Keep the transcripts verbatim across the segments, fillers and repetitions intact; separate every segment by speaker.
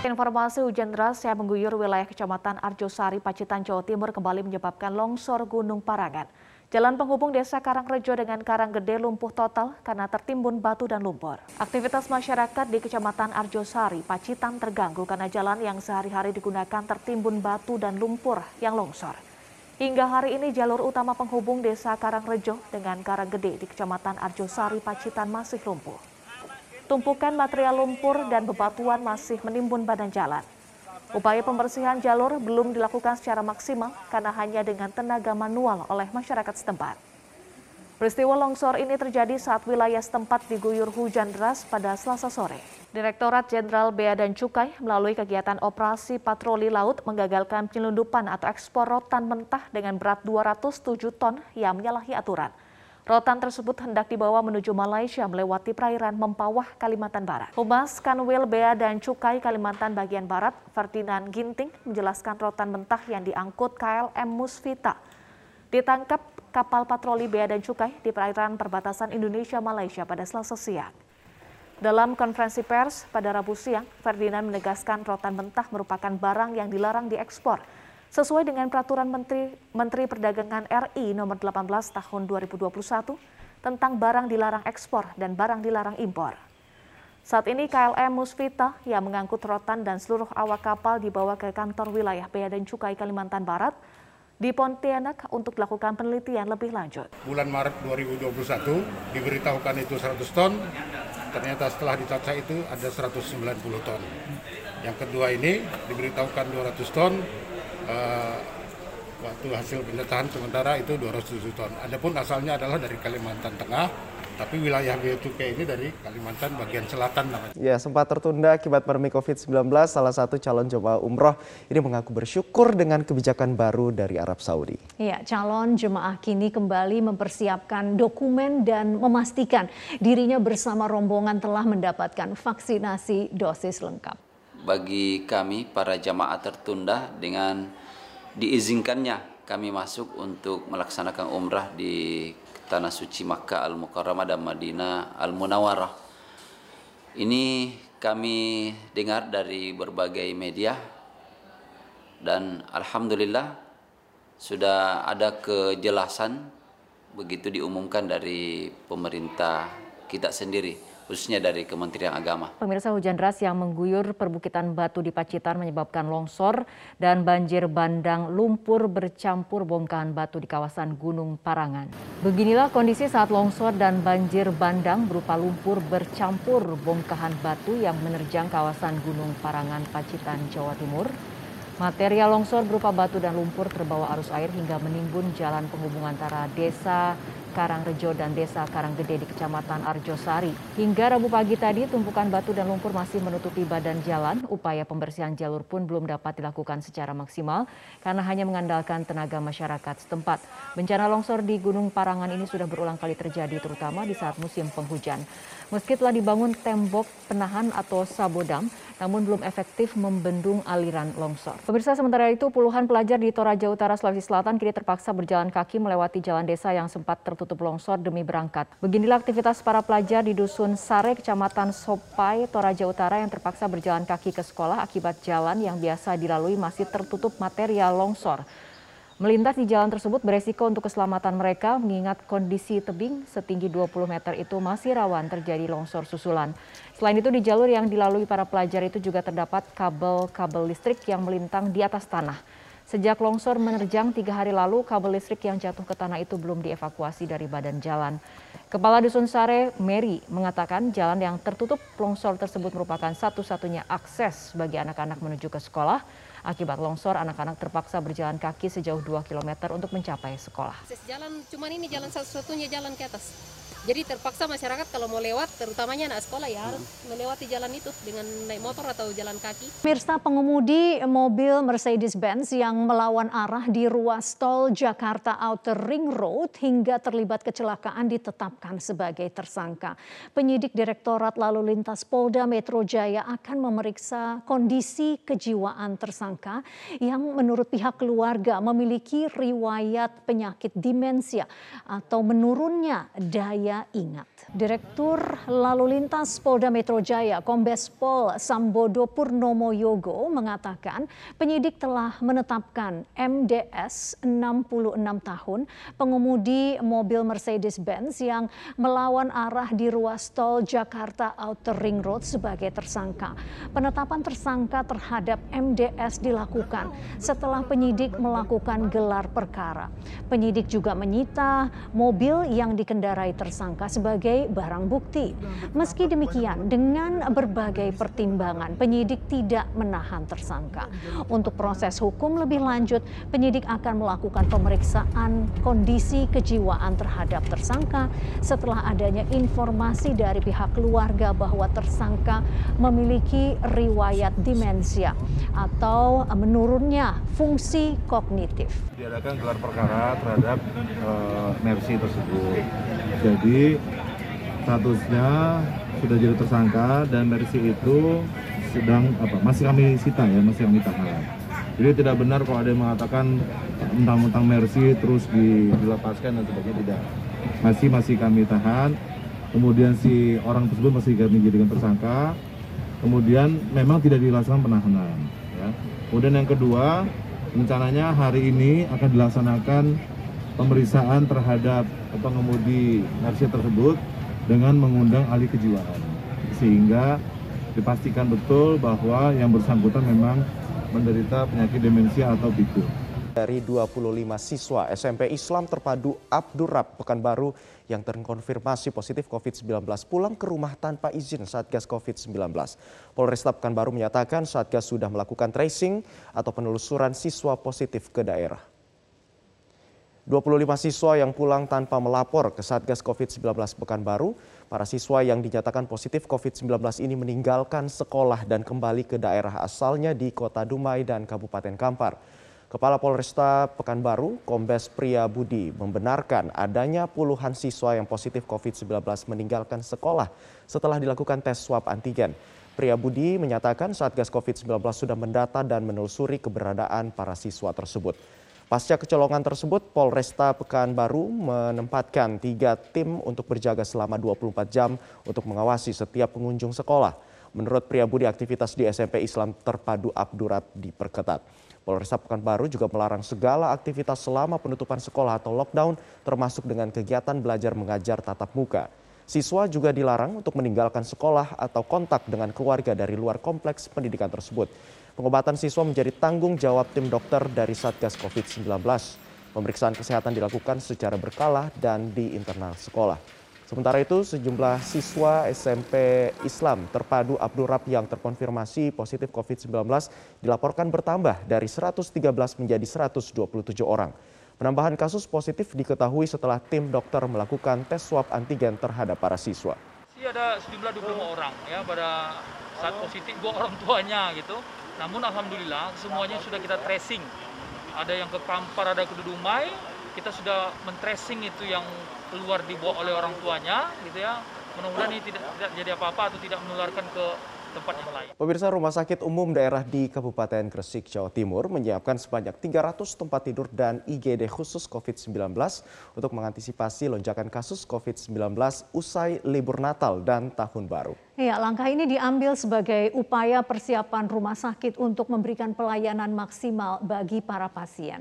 Speaker 1: Informasi hujan deras yang mengguyur wilayah Kecamatan Arjosari, Pacitan, Jawa Timur kembali menyebabkan longsor Gunung Parangan. Jalan penghubung desa Karangrejo dengan Karanggede lumpuh total karena tertimbun batu dan lumpur. Aktivitas masyarakat di Kecamatan Arjosari, Pacitan terganggu karena jalan yang sehari-hari digunakan tertimbun batu dan lumpur yang longsor. Hingga hari ini jalur utama penghubung desa Karangrejo dengan Karanggede di Kecamatan Arjosari, Pacitan masih lumpuh. Tumpukan material lumpur dan bebatuan masih menimbun badan jalan. Upaya pembersihan jalur belum dilakukan secara maksimal karena hanya dengan tenaga manual oleh masyarakat setempat. Peristiwa longsor ini terjadi saat wilayah setempat diguyur hujan deras pada Selasa sore. Direktorat Jenderal Bea dan Cukai melalui kegiatan operasi patroli laut menggagalkan penyelundupan atau ekspor rotan mentah dengan berat dua ratus tujuh ton yang menyalahi aturan. Rotan tersebut hendak dibawa menuju Malaysia melewati perairan Mempawah, Kalimantan Barat. Humas Kanwil Bea dan Cukai Kalimantan bagian Barat, Ferdinand Ginting, menjelaskan rotan mentah yang diangkut K L M Musvita ditangkap kapal patroli Bea dan Cukai di perairan perbatasan Indonesia-Malaysia pada Selasa siang. Dalam konferensi pers pada Rabu siang, Ferdinand menegaskan rotan mentah merupakan barang yang dilarang diekspor sesuai dengan Peraturan Menteri, Menteri Perdagangan R I nomor delapan belas tahun dua ribu dua puluh satu tentang barang dilarang ekspor dan barang dilarang impor. Saat ini K L M Musvita yang mengangkut rotan dan seluruh awak kapal dibawa ke kantor wilayah Bea dan Cukai Kalimantan Barat di Pontianak untuk dilakukan penelitian lebih lanjut.
Speaker 2: Bulan Maret dua ribu dua puluh satu diberitahukan itu seratus ton, ternyata setelah dicaca itu ada seratus sembilan puluh ton. Yang kedua ini diberitahukan dua ratus ton, Uh, waktu hasil pencacahan sementara itu dua ratus tujuh ton. Adapun asalnya adalah dari Kalimantan Tengah, tapi wilayah Bea Cukai ini dari Kalimantan bagian selatan namanya.
Speaker 3: Ya, sempat tertunda akibat pandemi covid sembilan belas, salah satu calon jemaah umroh ini mengaku bersyukur dengan kebijakan baru dari Arab Saudi.
Speaker 4: Ya, calon jemaah kini kembali mempersiapkan dokumen dan memastikan dirinya bersama rombongan telah mendapatkan vaksinasi dosis lengkap.
Speaker 5: Bagi kami para jamaah tertunda dengan diizinkannya kami masuk untuk melaksanakan umrah di Tanah Suci Makkah Al-Mukarramah dan Madinah Al-Munawwarah. Ini kami dengar dari berbagai media dan alhamdulillah sudah ada kejelasan begitu diumumkan dari pemerintah kita sendiri, khususnya dari Kementerian Agama.
Speaker 1: Pemirsa, hujan deras yang mengguyur perbukitan Batu di Pacitan menyebabkan longsor dan banjir bandang lumpur bercampur bongkahan batu di kawasan Gunung Parangan. Beginilah kondisi saat longsor dan banjir bandang berupa lumpur bercampur bongkahan batu yang menerjang kawasan Gunung Parangan, Pacitan, Jawa Timur. Material longsor berupa batu dan lumpur terbawa arus air hingga menimbun jalan penghubung antara desa Karangrejo dan desa Karanggede di Kecamatan Arjosari. Hingga Rabu pagi tadi, tumpukan batu dan lumpur masih menutupi badan jalan. Upaya pembersihan jalur pun belum dapat dilakukan secara maksimal karena hanya mengandalkan tenaga masyarakat setempat. Bencana longsor di Gunung Parangan ini sudah berulang kali terjadi, terutama di saat musim penghujan. Meski telah dibangun tembok penahan atau sabodam, namun belum efektif membendung aliran longsor. Pemirsa, sementara itu puluhan pelajar di Toraja Utara, Sulawesi Selatan kini terpaksa berjalan kaki melewati jalan desa yang sempat tertutup longsor demi berangkat. Beginilah aktivitas para pelajar di Dusun Sare, Kecamatan Sopai, Toraja Utara yang terpaksa berjalan kaki ke sekolah akibat jalan yang biasa dilalui masih tertutup material longsor. Melintas di jalan tersebut beresiko untuk keselamatan mereka mengingat kondisi tebing setinggi dua puluh meter itu masih rawan terjadi longsor susulan. Selain itu di jalur yang dilalui para pelajar itu juga terdapat kabel-kabel listrik yang melintang di atas tanah. Sejak longsor menerjang tiga hari lalu, kabel listrik yang jatuh ke tanah itu belum dievakuasi dari badan jalan. Kepala Dusun Sare, Mary, mengatakan jalan yang tertutup longsor tersebut merupakan satu-satunya akses bagi anak-anak menuju ke sekolah. Akibat longsor, anak-anak terpaksa berjalan kaki sejauh dua kilometer untuk mencapai sekolah.
Speaker 6: Jalan, cuman ini jalan satu-satunya jalan ke atas. Jadi terpaksa masyarakat kalau mau lewat, terutamanya anak sekolah ya harus melewati jalan itu dengan naik motor atau jalan kaki.
Speaker 4: Pemirsa, pengemudi mobil Mercedes-Benz yang melawan arah di ruas tol Jakarta Outer Ring Road hingga terlibat kecelakaan ditetapkan sebagai tersangka. Penyidik Direktorat Lalu Lintas Polda Metro Jaya akan memeriksa kondisi kejiwaan tersangka yang menurut pihak keluarga memiliki riwayat penyakit demensia atau menurunnya daya Anda ingat. Direktur Lalu Lintas Polda Metro Jaya, Kombes Pol Sambodo Purnomo Yogo mengatakan penyidik telah menetapkan M D S enam puluh enam tahun, pengemudi mobil Mercedes-Benz yang melawan arah di ruas tol Jakarta Outer Ring Road sebagai tersangka. Penetapan tersangka terhadap M D S dilakukan setelah penyidik melakukan gelar perkara. Penyidik juga menyita mobil yang dikendarai tersangka sebagai barang bukti. Meski demikian, dengan berbagai pertimbangan, penyidik tidak menahan tersangka. Untuk proses hukum lebih lanjut, penyidik akan melakukan pemeriksaan kondisi kejiwaan terhadap tersangka setelah adanya informasi dari pihak keluarga bahwa tersangka memiliki riwayat demensia atau menurunnya fungsi kognitif.
Speaker 7: Diadakan gelar perkara terhadap uh, Mercy tersebut. Jadi statusnya sudah jadi tersangka dan Mercy itu sedang apa masih kami sita ya masih kami tahan. Jadi tidak benar kalau ada yang mengatakan mentang-mentang Mercy terus dilepaskan dan sebagainya, tidak. Masih masih kami tahan. Kemudian si orang tersebut masih kami jadikan tersangka. Kemudian memang tidak dilaksanakan penahanan. Ya. Kemudian yang kedua, rencananya hari ini akan dilaksanakan pemeriksaan terhadap pengemudi Mercy tersebut dengan mengundang ahli kejiwaan, sehingga dipastikan betul bahwa yang bersangkutan memang menderita penyakit demensia atau pikun.
Speaker 3: Dari dua puluh lima siswa S M P Islam Terpadu Abdurrab Pekanbaru yang terkonfirmasi positif covid sembilan belas pulang ke rumah tanpa izin Satgas covid sembilan belas. Polresta Pekanbaru menyatakan Satgas sudah melakukan tracing atau penelusuran siswa positif ke daerah. dua puluh lima siswa yang pulang tanpa melapor ke Satgas covid sembilan belas Pekanbaru. Para siswa yang dinyatakan positif covid sembilan belas ini meninggalkan sekolah dan kembali ke daerah asalnya di Kota Dumai dan Kabupaten Kampar. Kepala Polresta Pekanbaru, Kombes Priya Budi, membenarkan adanya puluhan siswa yang positif covid sembilan belas meninggalkan sekolah setelah dilakukan tes swab antigen. Priya Budi menyatakan Satgas covid sembilan belas sudah mendata dan menelusuri keberadaan para siswa tersebut. Pasca kecolongan tersebut, Polresta Pekanbaru menempatkan tiga tim untuk berjaga selama dua puluh empat jam untuk mengawasi setiap pengunjung sekolah. Menurut Priya Budi, aktivitas di S M P Islam Terpadu Abdurrab diperketat. Polresta Pekanbaru juga melarang segala aktivitas selama penutupan sekolah atau lockdown, termasuk dengan kegiatan belajar mengajar tatap muka. Siswa juga dilarang untuk meninggalkan sekolah atau kontak dengan keluarga dari luar kompleks pendidikan tersebut. Pengobatan siswa menjadi tanggung jawab tim dokter dari Satgas covid sembilan belas. Pemeriksaan kesehatan dilakukan secara berkala dan di internal sekolah. Sementara itu, sejumlah siswa S M P Islam Terpadu Abdurrab yang terkonfirmasi positif covid sembilan belas dilaporkan bertambah dari seratus tiga belas menjadi seratus dua puluh tujuh orang. Penambahan kasus positif diketahui setelah tim dokter melakukan tes swab antigen terhadap para siswa.
Speaker 8: Ada sejumlah dua puluh lima orang ya pada saat positif dua orang tuanya gitu. Namun alhamdulillah semuanya sudah kita tracing. Ada yang ke Kampar, ada ke Dumai. Kita sudah men-tracing itu yang keluar dibawa oleh orang tuanya gitu ya. Mudah-mudahan ini tidak, tidak jadi apa-apa atau tidak menularkan ke tempat yang lain.
Speaker 3: Pemirsa, Rumah Sakit Umum Daerah di Kabupaten Gresik, Jawa Timur menyiapkan sebanyak tiga ratus tempat tidur dan I G D khusus covid sembilan belas untuk mengantisipasi lonjakan kasus covid sembilan belas usai libur Natal dan Tahun Baru.
Speaker 4: Ya, langkah ini diambil sebagai upaya persiapan rumah sakit untuk memberikan pelayanan maksimal bagi para pasien.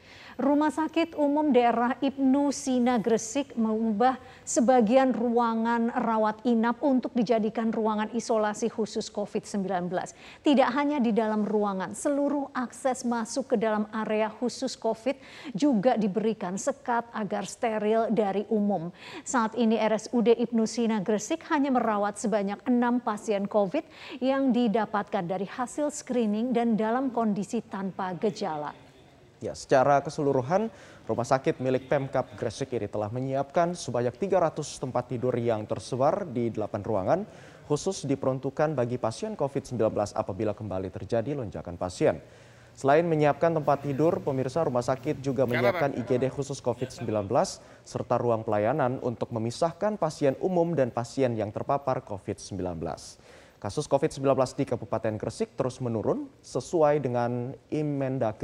Speaker 4: Rumah Sakit Umum Daerah Ibnu Sina Gresik mengubah sebagian ruangan rawat inap untuk dijadikan ruangan isolasi khusus covid sembilan belas. Tidak hanya di dalam ruangan, seluruh akses masuk ke dalam area khusus COVID juga diberikan sekat agar steril dari umum. Saat ini R S U D Ibnu Sina Gresik hanya merawat sebanyak enam pasien COVID yang didapatkan dari hasil screening dan dalam kondisi tanpa gejala.
Speaker 3: Ya, secara keseluruhan, rumah sakit milik Pemkab Gresik ini telah menyiapkan sebanyak tiga ratus tempat tidur yang tersebar di delapan ruangan, khusus diperuntukkan bagi pasien covid sembilan belas apabila kembali terjadi lonjakan pasien. Selain menyiapkan tempat tidur, pemirsa, rumah sakit juga menyiapkan I G D khusus covid sembilan belas serta ruang pelayanan untuk memisahkan pasien umum dan pasien yang terpapar covid sembilan belas. Kasus covid sembilan belas di Kabupaten Gresik terus menurun sesuai dengan Inmendagri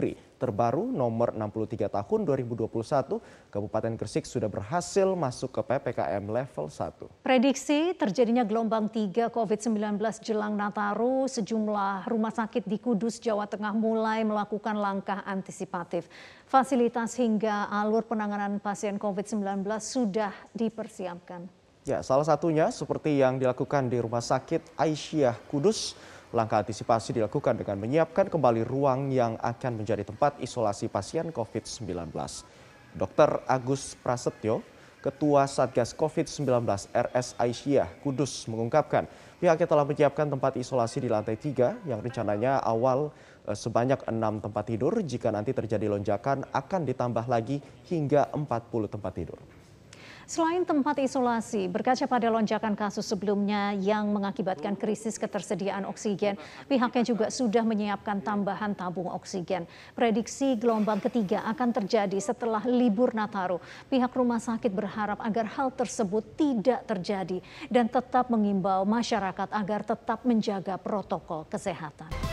Speaker 3: terbaru nomor enam puluh tiga tahun dua ribu dua puluh satu, Kabupaten Gresik sudah berhasil masuk ke P P K M level satu.
Speaker 4: Prediksi terjadinya gelombang tiga COVID sembilan belas jelang Nataru, sejumlah rumah sakit di Kudus, Jawa Tengah mulai melakukan langkah antisipatif. Fasilitas hingga alur penanganan pasien COVID sembilan belas sudah dipersiapkan.
Speaker 3: Ya, salah satunya seperti yang dilakukan di Rumah Sakit Aisyah Kudus. Langkah antisipasi dilakukan dengan menyiapkan kembali ruang yang akan menjadi tempat isolasi pasien COVID sembilan belas. Dokter Agus Prasetyo, Ketua Satgas COVID sembilan belas R S Aisyah Kudus mengungkapkan pihaknya telah menyiapkan tempat isolasi di lantai tiga yang rencananya awal eh, sebanyak enam tempat tidur. Jika nanti terjadi lonjakan akan ditambah lagi hingga empat puluh tempat tidur.
Speaker 4: Selain tempat isolasi, berkaca pada lonjakan kasus sebelumnya yang mengakibatkan krisis ketersediaan oksigen, pihaknya juga sudah menyiapkan tambahan tabung oksigen. Prediksi gelombang ketiga akan terjadi setelah libur Nataru. Pihak rumah sakit berharap agar hal tersebut tidak terjadi dan tetap mengimbau masyarakat agar tetap menjaga protokol kesehatan.